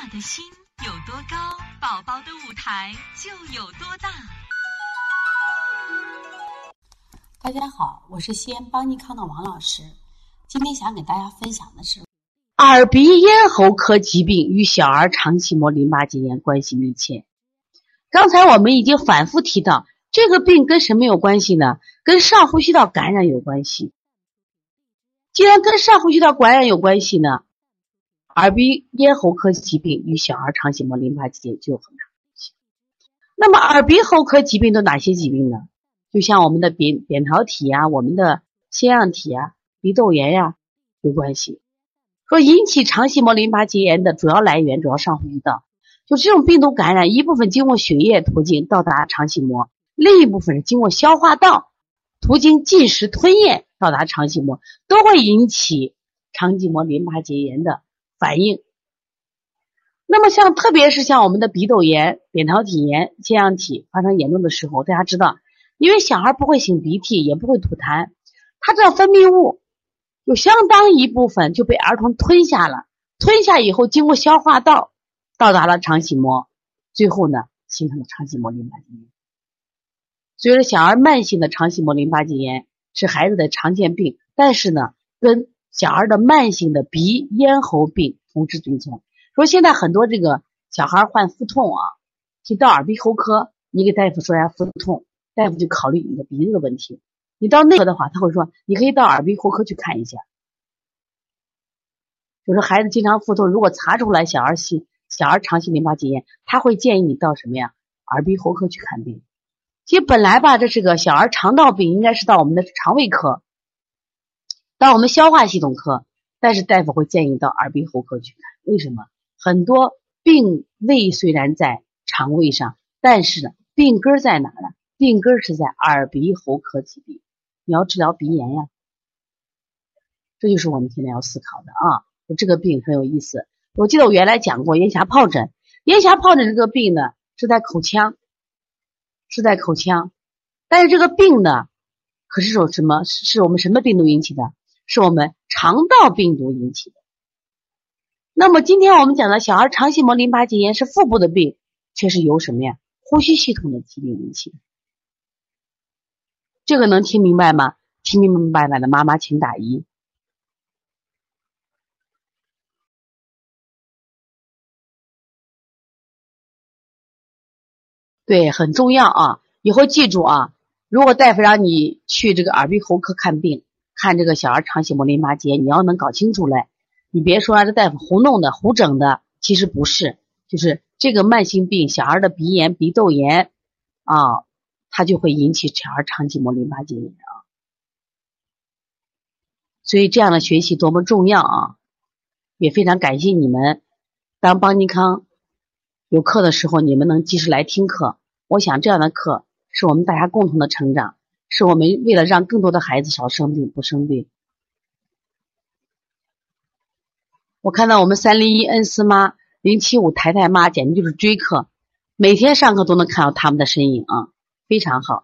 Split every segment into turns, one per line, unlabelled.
的心有多高，宝宝的舞台就有多大。
大家好，我是西安邦尼康的王老师。今天想给大家分享的是，
耳鼻咽喉科疾病与小儿肠系膜淋巴结炎关系密切。刚才我们已经反复提到，这个病跟什么有关系呢？跟上呼吸道感染有关系。既然跟上呼吸道感染有关系呢，耳鼻咽喉科疾病与小儿肠系膜淋巴结炎就有很大关系。那么耳鼻喉科疾病都哪些疾病呢？就像我们的扁桃体啊，我们的腺样体啊，鼻窦炎呀，有关系。说引起肠系膜淋巴结炎的主要来源主要上呼吸道，就这种病毒感染，一部分经过血液途径到达肠系膜，另一部分是经过消化道途经进食吞咽到达肠系膜，都会引起肠系膜淋巴结炎的反应。那么特别是像我们的鼻窦炎、扁桃体炎、腺样体发生严重的时候，大家知道，因为小孩不会擤鼻涕，也不会吐痰，他这分泌物有相当一部分就被儿童吞下了，吞下以后经过消化道到达了肠系膜，最后呢形成了肠系膜淋巴结炎。所以说小儿慢性的肠系膜淋巴结炎是孩子的常见病，但是呢跟小儿的慢性的鼻咽喉病同时并存。说现在很多这个小孩患腹痛啊，去到耳鼻喉科，你给大夫说腹痛，大夫就考虑你的鼻子的问题。你到内科的话，他会说你可以到耳鼻喉科去看一下。就是孩子经常腹痛，如果查出来小儿肠系淋巴结炎，他会建议你到什么呀？耳鼻喉科去看病。其实本来吧，这是个小儿肠道病，应该是到我们的肠胃科，到我们消化系统科，但是大夫会建议到耳鼻喉科去看。为什么？很多病位虽然在肠胃上，但是呢，病根在哪呢？病根是在耳鼻喉科疾病。你要治疗鼻炎呀，这就是我们现在要思考的啊。这个病很有意思。我记得我原来讲过咽峡疱疹，咽峡疱疹这个病呢是在口腔，但是这个病呢可是有什么？是我们什么病毒引起的？是我们肠道病毒引起的。那么今天我们讲的小儿肠系膜淋巴结炎是腹部的病，却是由什么呀？呼吸系统的疾病引起的。这个能听明白吗？听明白的妈妈请打1。对，很重要啊！以后记住啊，如果大夫让你去这个耳鼻喉科看病，看这个小儿肠系膜淋巴结炎，你要能搞清楚来，你别说这大夫胡弄的、胡整的，其实不是，就是这个慢性病，小儿的鼻炎、鼻窦炎啊，它就会引起小儿肠系膜淋巴结炎啊。所以这样的学习多么重要啊！也非常感谢你们，当邦尼康有课的时候，你们能及时来听课。我想这样的课是我们大家共同的成长，是我们为了让更多的孩子少生病、不生病。我看到我们301恩思妈、075台台妈简直就是追课，每天上课都能看到他们的身影啊，非常好。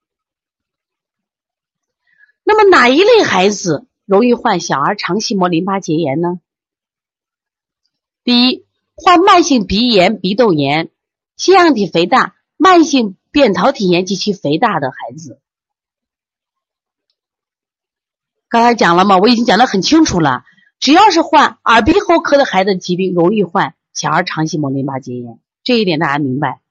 那么哪一类孩子容易患小儿肠系膜淋巴结炎呢？第一，患慢性鼻炎、鼻窦炎、腺样体肥大、慢性扁桃体炎及其肥大的孩子。刚才讲了嘛，我已经讲得很清楚了，只要是患耳鼻喉科的孩子疾病，容易患小儿肠系膜淋巴结炎，这一点大家明白。